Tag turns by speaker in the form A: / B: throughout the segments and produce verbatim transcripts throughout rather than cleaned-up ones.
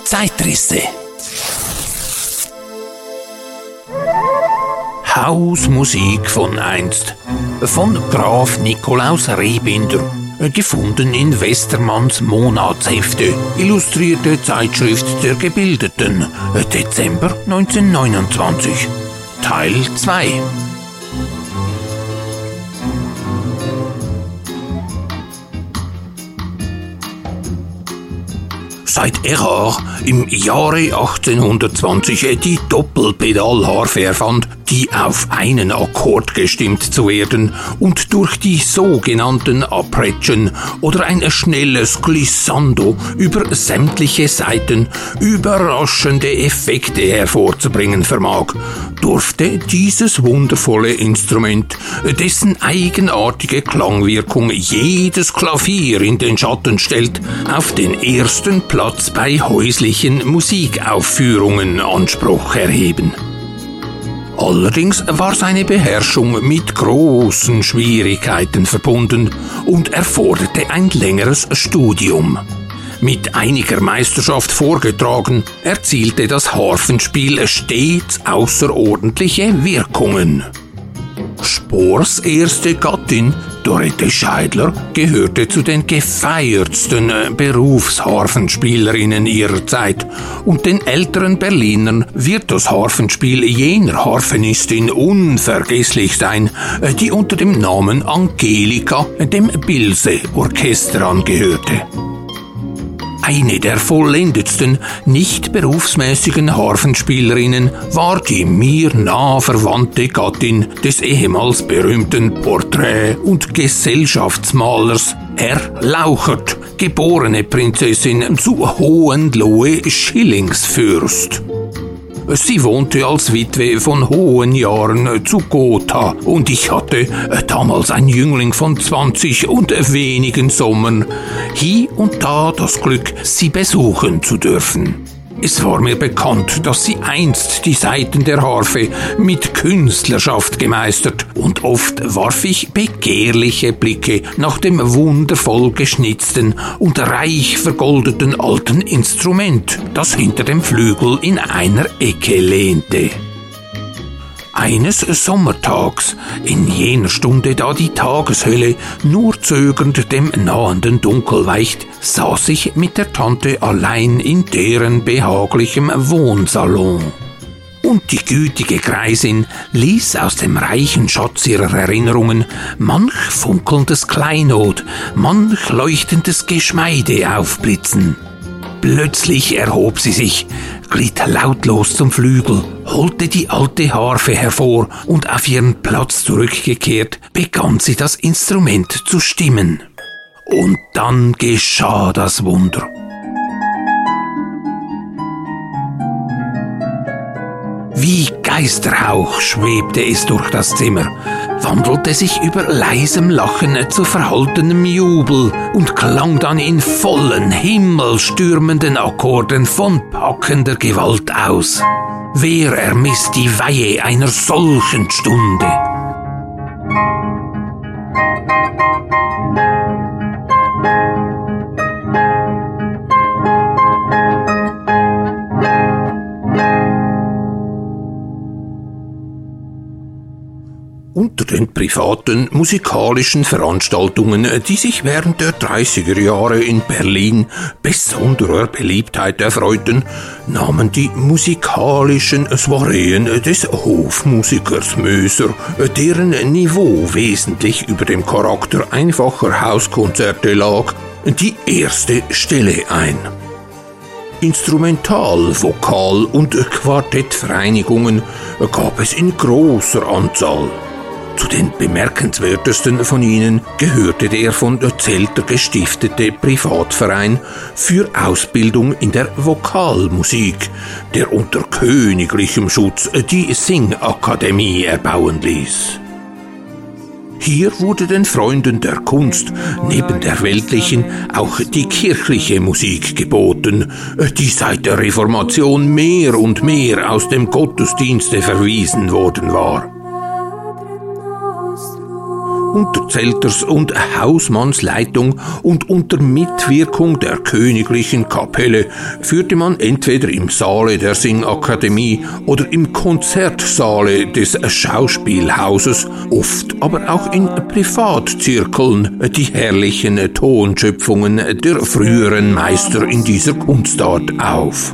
A: Zeitrisse. Hausmusik von einst. Von Graf Nikolaus Rehbinder. Gefunden in Westermanns Monatshefte. Illustrierte Zeitschrift der Gebildeten. Dezember neunzehnhundertneunundzwanzig. Teil zwei. Seit Erhard im Jahre achtzehnhundertzwanzig die Doppelpedalharfe erfand, die auf einen Akkord gestimmt zu werden und durch die sogenannten Arpeggien oder ein schnelles Glissando über sämtliche Saiten überraschende Effekte hervorzubringen vermag, durfte dieses wundervolle Instrument, dessen eigenartige Klangwirkung jedes Klavier in den Schatten stellt, auf den ersten Platz bei häuslichen Musikaufführungen Anspruch erheben. Allerdings war seine Beherrschung mit großen Schwierigkeiten verbunden und erforderte ein längeres Studium. Mit einiger Meisterschaft vorgetragen, erzielte das Harfenspiel stets außerordentliche Wirkungen. Spohrs erste Gattin, Dorette Scheidler, gehörte zu den gefeiertsten Berufsharfenspielerinnen ihrer Zeit und den älteren Berlinern wird das Harfenspiel jener Harfenistin unvergesslich sein, die unter dem Namen Angelika dem Bilse-Orchester angehörte. Eine der vollendetsten, nicht berufsmäßigen Harfenspielerinnen war die mir nah verwandte Gattin des ehemals berühmten Porträt- und Gesellschaftsmalers Herr Lauchert, geborene Prinzessin zu Hohenlohe Schillingsfürst. Sie wohnte als Witwe von hohen Jahren zu Gotha und ich hatte, damals ein Jüngling von zwanzig und wenigen Sommern, hie und da das Glück, sie besuchen zu dürfen. Es war mir bekannt, dass sie einst die Saiten der Harfe mit Künstlerschaft gemeistert und oft warf ich begehrliche Blicke nach dem wundervoll geschnitzten und reich vergoldeten alten Instrument, das hinter dem Flügel in einer Ecke lehnte. Eines Sommertags, in jener Stunde, da die Tageshölle nur zögernd dem nahenden Dunkel weicht, saß ich mit der Tante allein in deren behaglichem Wohnsalon. Und die gütige Greisin ließ aus dem reichen Schatz ihrer Erinnerungen manch funkelndes Kleinod, manch leuchtendes Geschmeide aufblitzen. Plötzlich erhob sie sich, glitt lautlos zum Flügel, holte die alte Harfe hervor und auf ihren Platz zurückgekehrt, begann sie das Instrument zu stimmen. Und dann geschah das Wunder. Wie Geisterhauch schwebte es durch das Zimmer, wandelte sich über leisem Lachen zu verhaltenem Jubel und klang dann in vollen, himmelstürmenden Akkorden von packender Gewalt aus. Wer ermisst die Weihe einer solchen Stunde? Unter den privaten musikalischen Veranstaltungen, die sich während der dreißiger Jahre in Berlin besonderer Beliebtheit erfreuten, nahmen die musikalischen Soireen des Hofmusikers Möser, deren Niveau wesentlich über dem Charakter einfacher Hauskonzerte lag, die erste Stelle ein. Instrumental-, Vokal- und Quartettvereinigungen gab es in großer Anzahl. Zu den bemerkenswertesten von ihnen gehörte der von Zelter gestiftete Privatverein für Ausbildung in der Vokalmusik, der unter königlichem Schutz die Singakademie erbauen ließ. Hier wurde den Freunden der Kunst neben der weltlichen auch die kirchliche Musik geboten, die seit der Reformation mehr und mehr aus dem Gottesdienste verwiesen worden war. unter Zelters- und Hausmannsleitung und unter Mitwirkung der königlichen Kapelle führte man entweder im Saale der Singakademie oder im Konzertsaale des Schauspielhauses, oft aber auch in Privatzirkeln, die herrlichen Tonschöpfungen der früheren Meister in dieser Kunstart auf.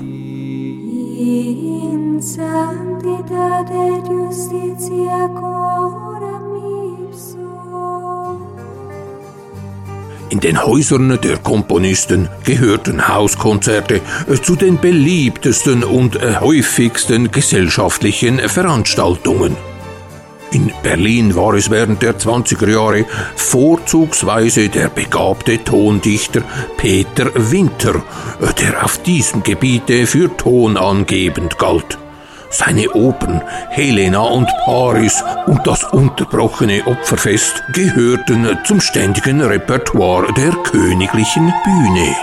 A: In den Häusern der Komponisten gehörten Hauskonzerte zu den beliebtesten und häufigsten gesellschaftlichen Veranstaltungen. In Berlin war es während der zwanziger Jahre vorzugsweise der begabte Tondichter Peter Winter, der auf diesem Gebiete für tonangebend galt. Seine Opern Helena und Paris und das unterbrochene Opferfest gehörten zum ständigen Repertoire der königlichen Bühne.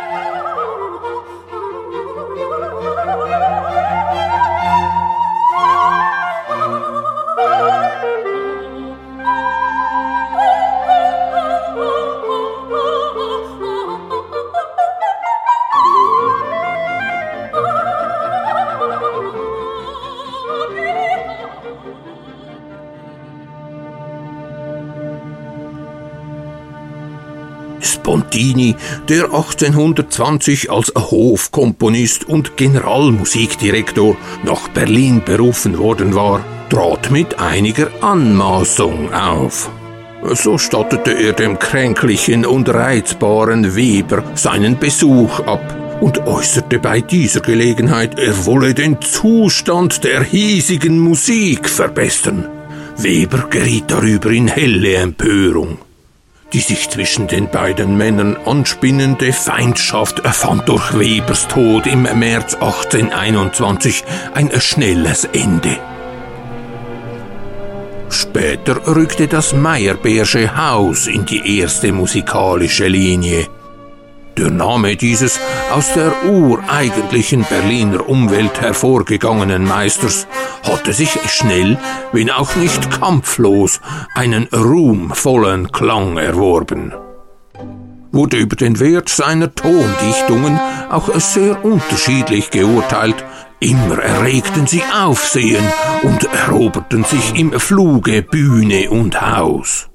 A: Spontini, der achtzehnhundertzwanzig als Hofkomponist und Generalmusikdirektor nach Berlin berufen worden war, trat mit einiger Anmaßung auf. So stattete er dem kränklichen und reizbaren Weber seinen Besuch ab und äußerte bei dieser Gelegenheit, er wolle den Zustand der hiesigen Musik verbessern. Weber geriet darüber in helle Empörung. Die sich zwischen den beiden Männern anspinnende Feindschaft fand durch Webers Tod im März achtzehnhunderteinundzwanzig ein schnelles Ende. Später rückte das Meyerbeersche Haus in die erste musikalische Linie. Der Name dieses aus der ureigentlichen Berliner Umwelt hervorgegangenen Meisters hatte sich schnell, wenn auch nicht kampflos, einen ruhmvollen Klang erworben. Wurde über den Wert seiner Tondichtungen auch sehr unterschiedlich geurteilt, immer erregten sie Aufsehen und eroberten sich im Fluge Bühne und Haus.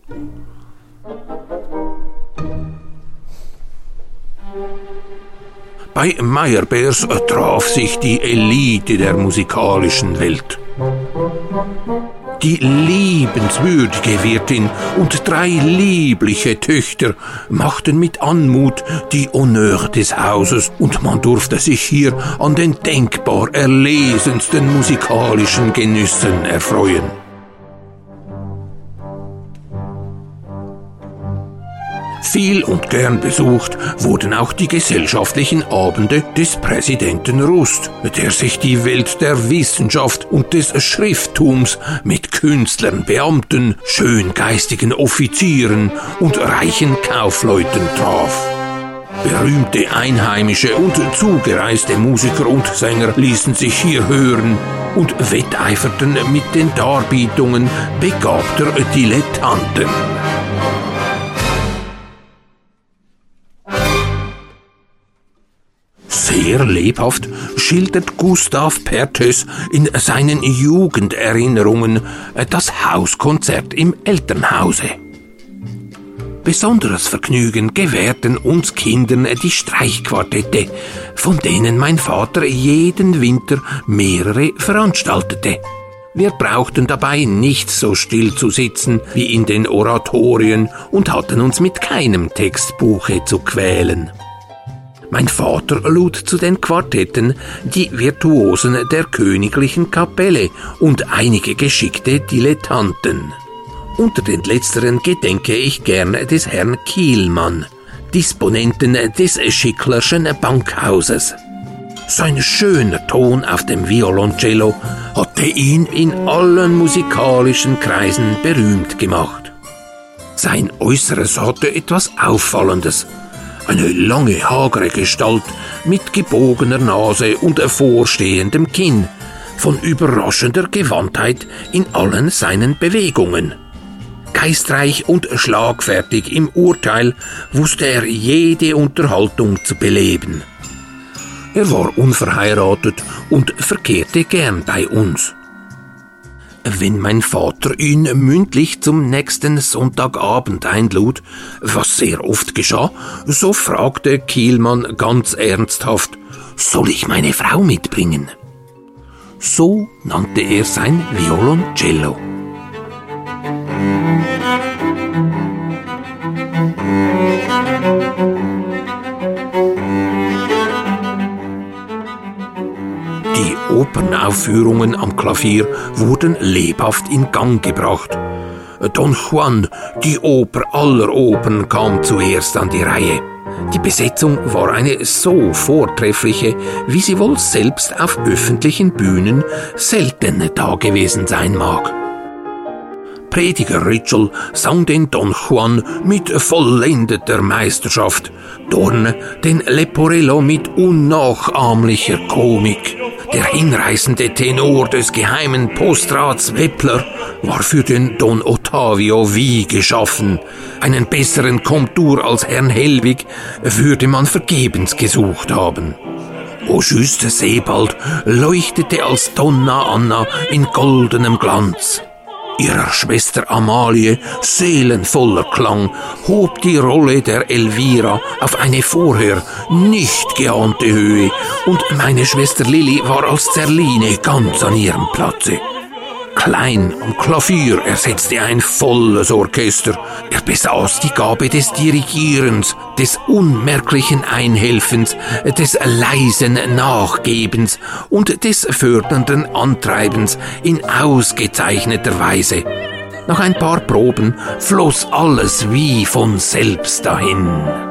A: Bei Meyerbeers traf sich die Elite der musikalischen Welt. Die liebenswürdige Wirtin und drei liebliche Töchter machten mit Anmut die Honneur des Hauses und man durfte sich hier an den denkbar erlesensten musikalischen Genüssen erfreuen. Viel und gern besucht wurden auch die gesellschaftlichen Abende des Präsidenten Rust, der sich die Welt der Wissenschaft und des Schrifttums mit Künstlern, Beamten, schöngeistigen Offizieren und reichen Kaufleuten traf. Berühmte einheimische und zugereiste Musiker und Sänger ließen sich hier hören und wetteiferten mit den Darbietungen begabter Dilettanten. Sehr lebhaft schildert Gustav Perthes in seinen Jugenderinnerungen das Hauskonzert im Elternhause. Besonderes Vergnügen gewährten uns Kindern die Streichquartette, von denen mein Vater jeden Winter mehrere veranstaltete. Wir brauchten dabei nicht so still zu sitzen wie in den Oratorien und hatten uns mit keinem Textbuche zu quälen. Mein Vater lud zu den Quartetten die Virtuosen der königlichen Kapelle und einige geschickte Dilettanten. Unter den letzteren gedenke ich gern des Herrn Kielmann, Disponenten des Schicklerschen Bankhauses. Sein schöner Ton auf dem Violoncello hatte ihn in allen musikalischen Kreisen berühmt gemacht. Sein Äußeres hatte etwas Auffallendes. Eine lange, hagere Gestalt mit gebogener Nase und vorstehendem Kinn, von überraschender Gewandtheit in allen seinen Bewegungen. Geistreich und schlagfertig im Urteil wusste er jede Unterhaltung zu beleben. Er war unverheiratet und verkehrte gern bei uns. Wenn mein Vater ihn mündlich zum nächsten Sonntagabend einlud, was sehr oft geschah, so fragte Kielmann ganz ernsthaft: »Soll ich meine Frau mitbringen?« So nannte er sein Violoncello. Die Opernaufführungen am Klavier wurden lebhaft in Gang gebracht. Don Juan, die Oper aller Opern, kam zuerst an die Reihe. Die Besetzung war eine so vortreffliche, wie sie wohl selbst auf öffentlichen Bühnen selten dagewesen sein mag. Prediger Ritschl sang den Don Juan mit vollendeter Meisterschaft, Dorn den Leporello mit unnachahmlicher Komik. Der hinreißende Tenor des geheimen Postrats Weppler war für den Don Ottavio wie geschaffen. Einen besseren Komtur als Herrn Hellwig würde man vergebens gesucht haben. Auguste Sebald leuchtete als Donna Anna in goldenem Glanz. Ihrer Schwester Amalie, seelenvoller Klang, hob die Rolle der Elvira auf eine vorher nicht geahnte Höhe, und meine Schwester Lilli war als Zerline ganz an ihrem Platze. Klein am Klavier ersetzte ein volles Orchester. Er besaß die Gabe des Dirigierens, des unmerklichen Einhelfens, des leisen Nachgebens und des fördernden Antreibens in ausgezeichneter Weise. Nach ein paar Proben floss alles wie von selbst dahin.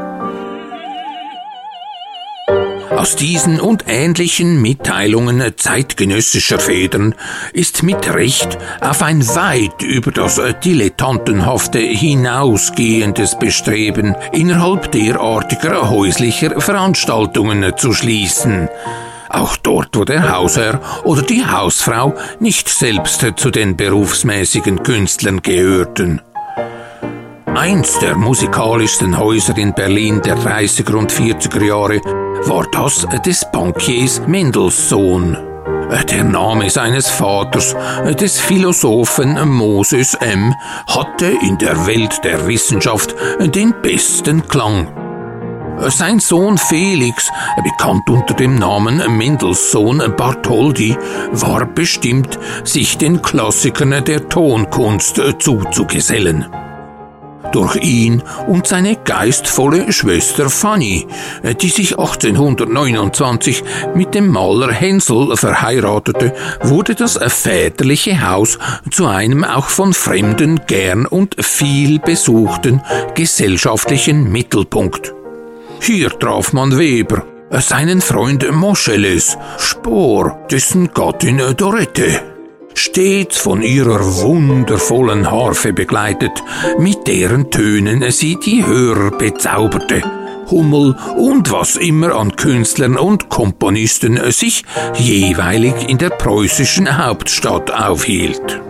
A: Aus diesen und ähnlichen Mitteilungen zeitgenössischer Federn ist mit Recht auf ein weit über das Dilettantenhafte hinausgehendes Bestreben innerhalb derartiger häuslicher Veranstaltungen zu schließen. Auch dort, wo der Hausherr oder die Hausfrau nicht selbst zu den berufsmäßigen Künstlern gehörten. Eins der musikalischsten Häuser in Berlin der dreißiger und vierziger Jahre war das des Bankiers Mendelssohn. Der Name seines Vaters, des Philosophen Moses M., hatte in der Welt der Wissenschaft den besten Klang. Sein Sohn Felix, bekannt unter dem Namen Mendelssohn Bartholdy, war bestimmt, sich den Klassikern der Tonkunst zuzugesellen. Durch ihn und seine geistvolle Schwester Fanny, die sich achtzehnhundertneunundzwanzig mit dem Maler Hensel verheiratete, wurde das väterliche Haus zu einem auch von Fremden gern und viel besuchten gesellschaftlichen Mittelpunkt. Hier traf man Weber, seinen Freund Moscheles, Spohr, dessen Gattin Dorette, stets von ihrer wundervollen Harfe begleitet, mit deren Tönen sie die Hörer bezauberte, Hummel und was immer an Künstlern und Komponisten sich jeweilig in der preußischen Hauptstadt aufhielt.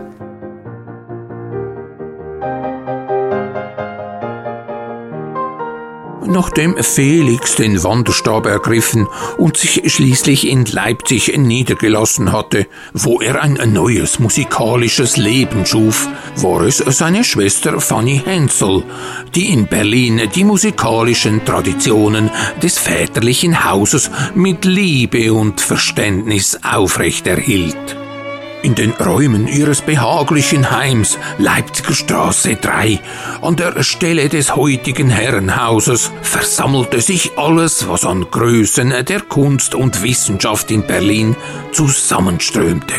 A: Nachdem Felix den Wanderstab ergriffen und sich schließlich in Leipzig niedergelassen hatte, wo er ein neues musikalisches Leben schuf, war es seine Schwester Fanny Hensel, die in Berlin die musikalischen Traditionen des väterlichen Hauses mit Liebe und Verständnis aufrechterhielt. In den Räumen ihres behaglichen Heims Leipziger Straße drei, an der Stelle des heutigen Herrenhauses, versammelte sich alles, was an Größen der Kunst und Wissenschaft in Berlin zusammenströmte.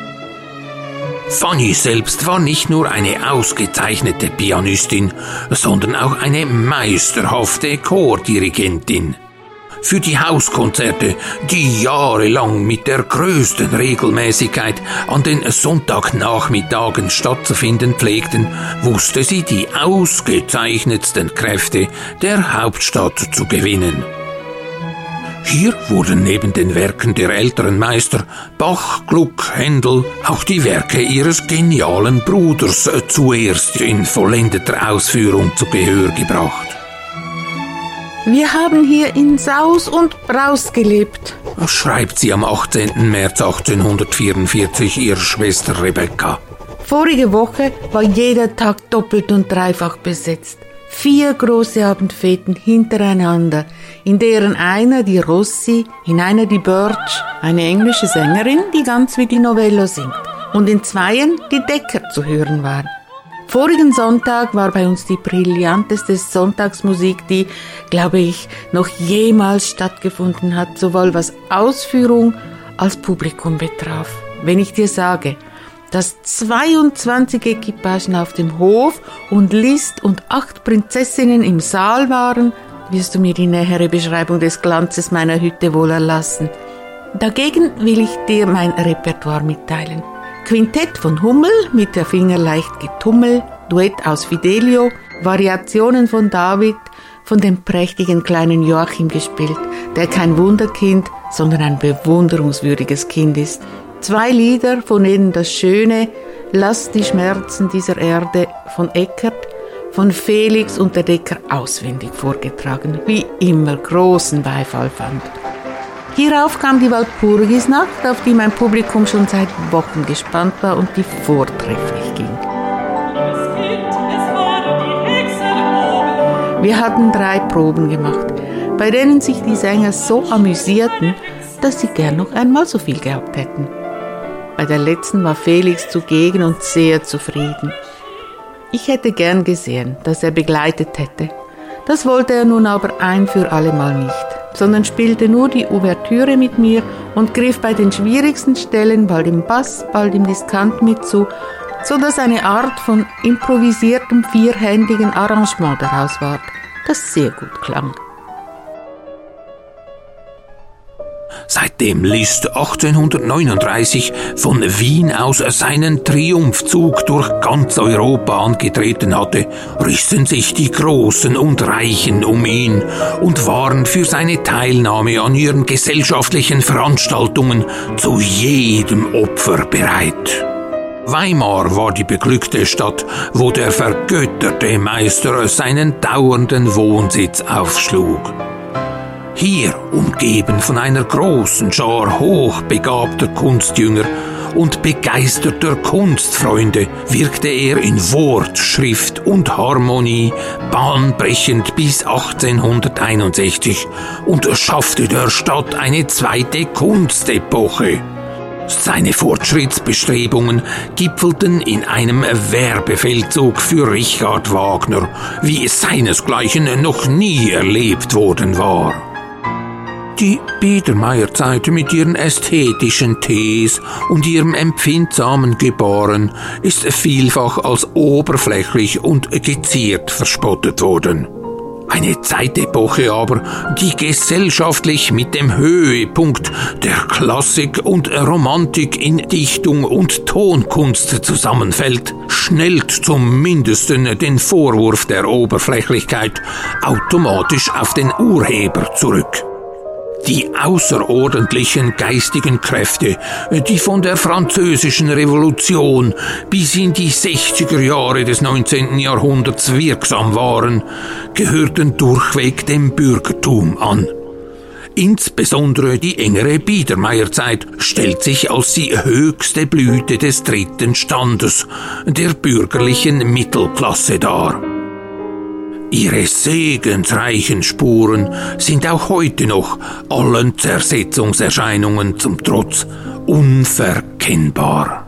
A: Fanny selbst war nicht nur eine ausgezeichnete Pianistin, sondern auch eine meisterhafte Chordirigentin. Für die Hauskonzerte, die jahrelang mit der größten Regelmäßigkeit an den Sonntagnachmittagen stattzufinden pflegten, wusste sie die ausgezeichnetsten Kräfte der Hauptstadt zu gewinnen. Hier wurden neben den Werken der älteren Meister Bach, Gluck, Händel auch die Werke ihres genialen Bruders zuerst in vollendeter Ausführung zu Gehör gebracht.
B: Wir haben hier in Saus und Braus gelebt,
A: schreibt sie am achtzehnten März achtzehnhundertvierundvierzig ihrer Schwester Rebecca.
B: Vorige Woche war jeder Tag doppelt und dreifach besetzt. Vier große Abendfeten hintereinander, in deren einer die Rossi, in einer die Birch, eine englische Sängerin, die ganz wie die Novello singt, und in zweien die Decker zu hören waren. Vorigen Sonntag war bei uns die brillanteste Sonntagsmusik, die, glaube ich, noch jemals stattgefunden hat, sowohl was Ausführung als Publikum betraf. Wenn ich dir sage, dass zweiundzwanzig Equipagen auf dem Hof und Liszt und acht Prinzessinnen im Saal waren, wirst du mir die nähere Beschreibung des Glanzes meiner Hütte wohl erlassen. Dagegen will ich dir mein Repertoire mitteilen. Quintett von Hummel mit der Finger leicht getummel, Duett aus Fidelio, Variationen von David, von dem prächtigen kleinen Joachim gespielt, der kein Wunderkind, sondern ein bewunderungswürdiges Kind ist. Zwei Lieder, von denen das Schöne, Lass die Schmerzen dieser Erde von Eckert, von Felix und der Decker auswendig vorgetragen, wie immer großen Beifall fand. Hierauf kam die Walpurgisnacht, auf die mein Publikum schon seit Wochen gespannt war und die vortrefflich ging. Wir hatten drei Proben gemacht, bei denen sich die Sänger so amüsierten, dass sie gern noch einmal so viel gehabt hätten. Bei der letzten war Felix zugegen und sehr zufrieden. Ich hätte gern gesehen, dass er begleitet hätte. Das wollte er nun aber ein für allemal nicht, sondern spielte nur die Ouvertüre mit mir und griff bei den schwierigsten Stellen bald im Bass, bald im Diskant mit zu, so dass eine Art von improvisiertem vierhändigen Arrangement daraus ward, das sehr gut klang.
A: Seitdem Liszt achtzehnhundertneununddreißig von Wien aus seinen Triumphzug durch ganz Europa angetreten hatte, rissen sich die Großen und Reichen um ihn und waren für seine Teilnahme an ihren gesellschaftlichen Veranstaltungen zu jedem Opfer bereit. Weimar war die beglückte Stadt, wo der vergötterte Meister seinen dauernden Wohnsitz aufschlug. Hier, umgeben von einer großen Schar hochbegabter Kunstjünger und begeisterter Kunstfreunde, wirkte er in Wort, Schrift und Harmonie bahnbrechend bis achtzehnhunderteinundsechzig und schaffte der Stadt eine zweite Kunstepoche. Seine Fortschrittsbestrebungen gipfelten in einem Werbefeldzug für Richard Wagner, wie es seinesgleichen noch nie erlebt worden war. Die Biedermeierzeit mit ihren ästhetischen Tees und ihrem empfindsamen Gebaren ist vielfach als oberflächlich und geziert verspottet worden. Eine Zeitepoche aber, die gesellschaftlich mit dem Höhepunkt der Klassik und Romantik in Dichtung und Tonkunst zusammenfällt, schnellt zum Mindesten den Vorwurf der Oberflächlichkeit automatisch auf den Urheber zurück. Die außerordentlichen geistigen Kräfte, die von der französischen Revolution bis in die sechziger Jahre des neunzehnten Jahrhunderts wirksam waren, gehörten durchweg dem Bürgertum an. Insbesondere die engere Biedermeierzeit stellt sich als die höchste Blüte des dritten Standes, der bürgerlichen Mittelklasse dar. Ihre segensreichen Spuren sind auch heute noch allen Zersetzungserscheinungen zum Trotz unverkennbar.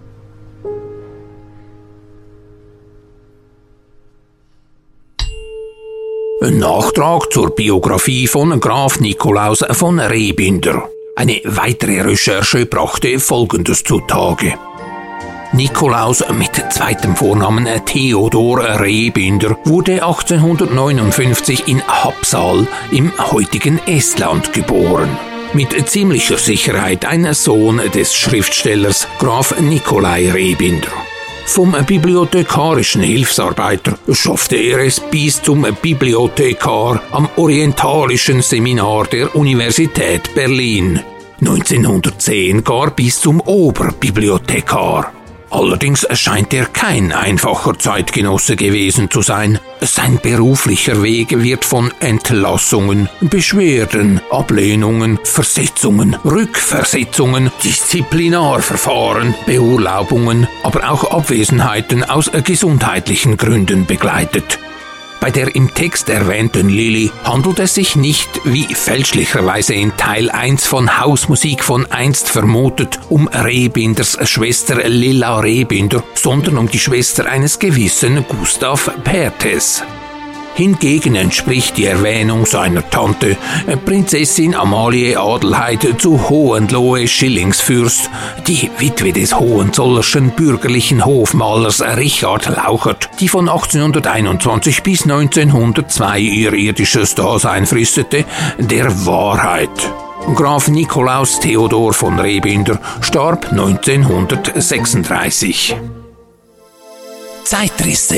A: Ein Nachtrag zur Biografie von Graf Nikolaus von Rehbinder. Eine weitere Recherche brachte Folgendes zutage. Nikolaus mit zweitem Vornamen Theodor Rehbinder wurde achtzehnhundertneunundfünfzig in Haapsalu im heutigen Estland geboren. Mit ziemlicher Sicherheit ein Sohn des Schriftstellers Graf Nikolai Rehbinder. Vom bibliothekarischen Hilfsarbeiter schaffte er es bis zum Bibliothekar am Orientalischen Seminar der Universität Berlin. neunzehnhundertzehn gar bis zum Oberbibliothekar. Allerdings scheint er kein einfacher Zeitgenosse gewesen zu sein. Sein beruflicher Weg wird von Entlassungen, Beschwerden, Ablehnungen, Versetzungen, Rückversetzungen, Disziplinarverfahren, Beurlaubungen, aber auch Abwesenheiten aus gesundheitlichen Gründen begleitet. Bei der im Text erwähnten Lilly handelt es sich nicht, wie fälschlicherweise in Teil eins von Hausmusik von einst vermutet, um Rehbinders Schwester Lilla Rehbinder, sondern um die Schwester eines gewissen Gustav Perthes. Hingegen entspricht die Erwähnung seiner Tante, Prinzessin Amalie Adelheid zu Hohenlohe Schillingsfürst, die Witwe des Hohenzollerschen bürgerlichen Hofmalers Richard Lauchert, die von achtzehnhunderteinundzwanzig bis neunzehnhundertzwei ihr irdisches Dasein fristete, der Wahrheit. Graf Nikolaus Theodor von Rehbinder starb neunzehnhundertsechsunddreißig. Zeitrisse.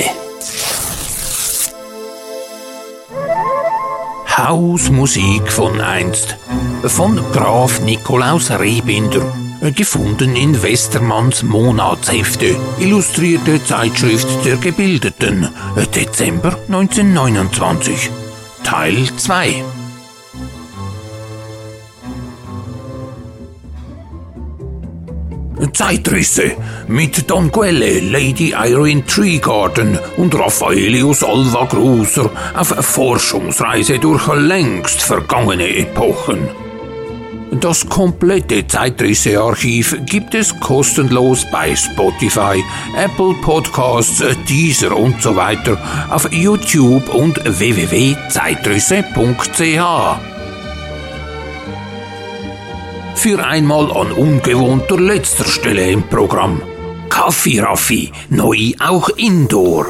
A: Hausmusik von einst, von Graf Nikolaus Rehbinder, gefunden in Westermanns Monatshefte, illustrierte Zeitschrift der Gebildeten, Dezember neunzehnhundertneunundzwanzig, Teil zwei. Zeitrisse mit Don Quelle, Lady Irene Treegarden und Raffaelius Alva Gruser auf Forschungsreise durch längst vergangene Epochen. Das komplette Zeitrisse-Archiv gibt es kostenlos bei Spotify, Apple Podcasts, Deezer und so weiter auf YouTube und w w w punkt zeitrisse punkt c h. Für einmal an ungewohnter letzter Stelle im Programm. Kaffee Raffi, neu auch Indoor.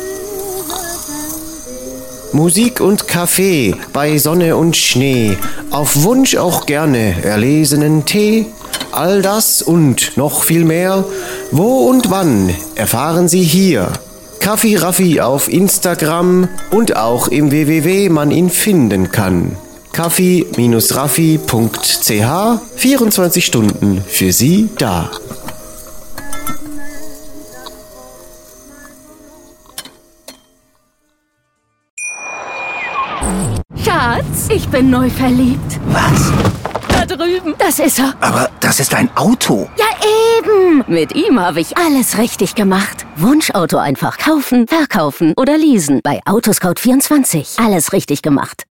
C: Musik und Kaffee bei Sonne und Schnee, auf Wunsch auch gerne erlesenen Tee. All das und noch viel mehr, wo und wann erfahren Sie hier. Kaffee Raffi auf Instagram und auch im w w w man ihn finden kann. kaffee Raffi punkt c h, vierundzwanzig Stunden für Sie da.
D: Schatz, ich bin neu verliebt.
E: Was?
D: Da drüben. Das ist er.
E: Aber das ist ein Auto.
D: Ja, eben. Mit ihm habe ich alles richtig gemacht. Wunschauto einfach kaufen, verkaufen oder leasen. Bei Autoscout vierundzwanzig. Alles richtig gemacht.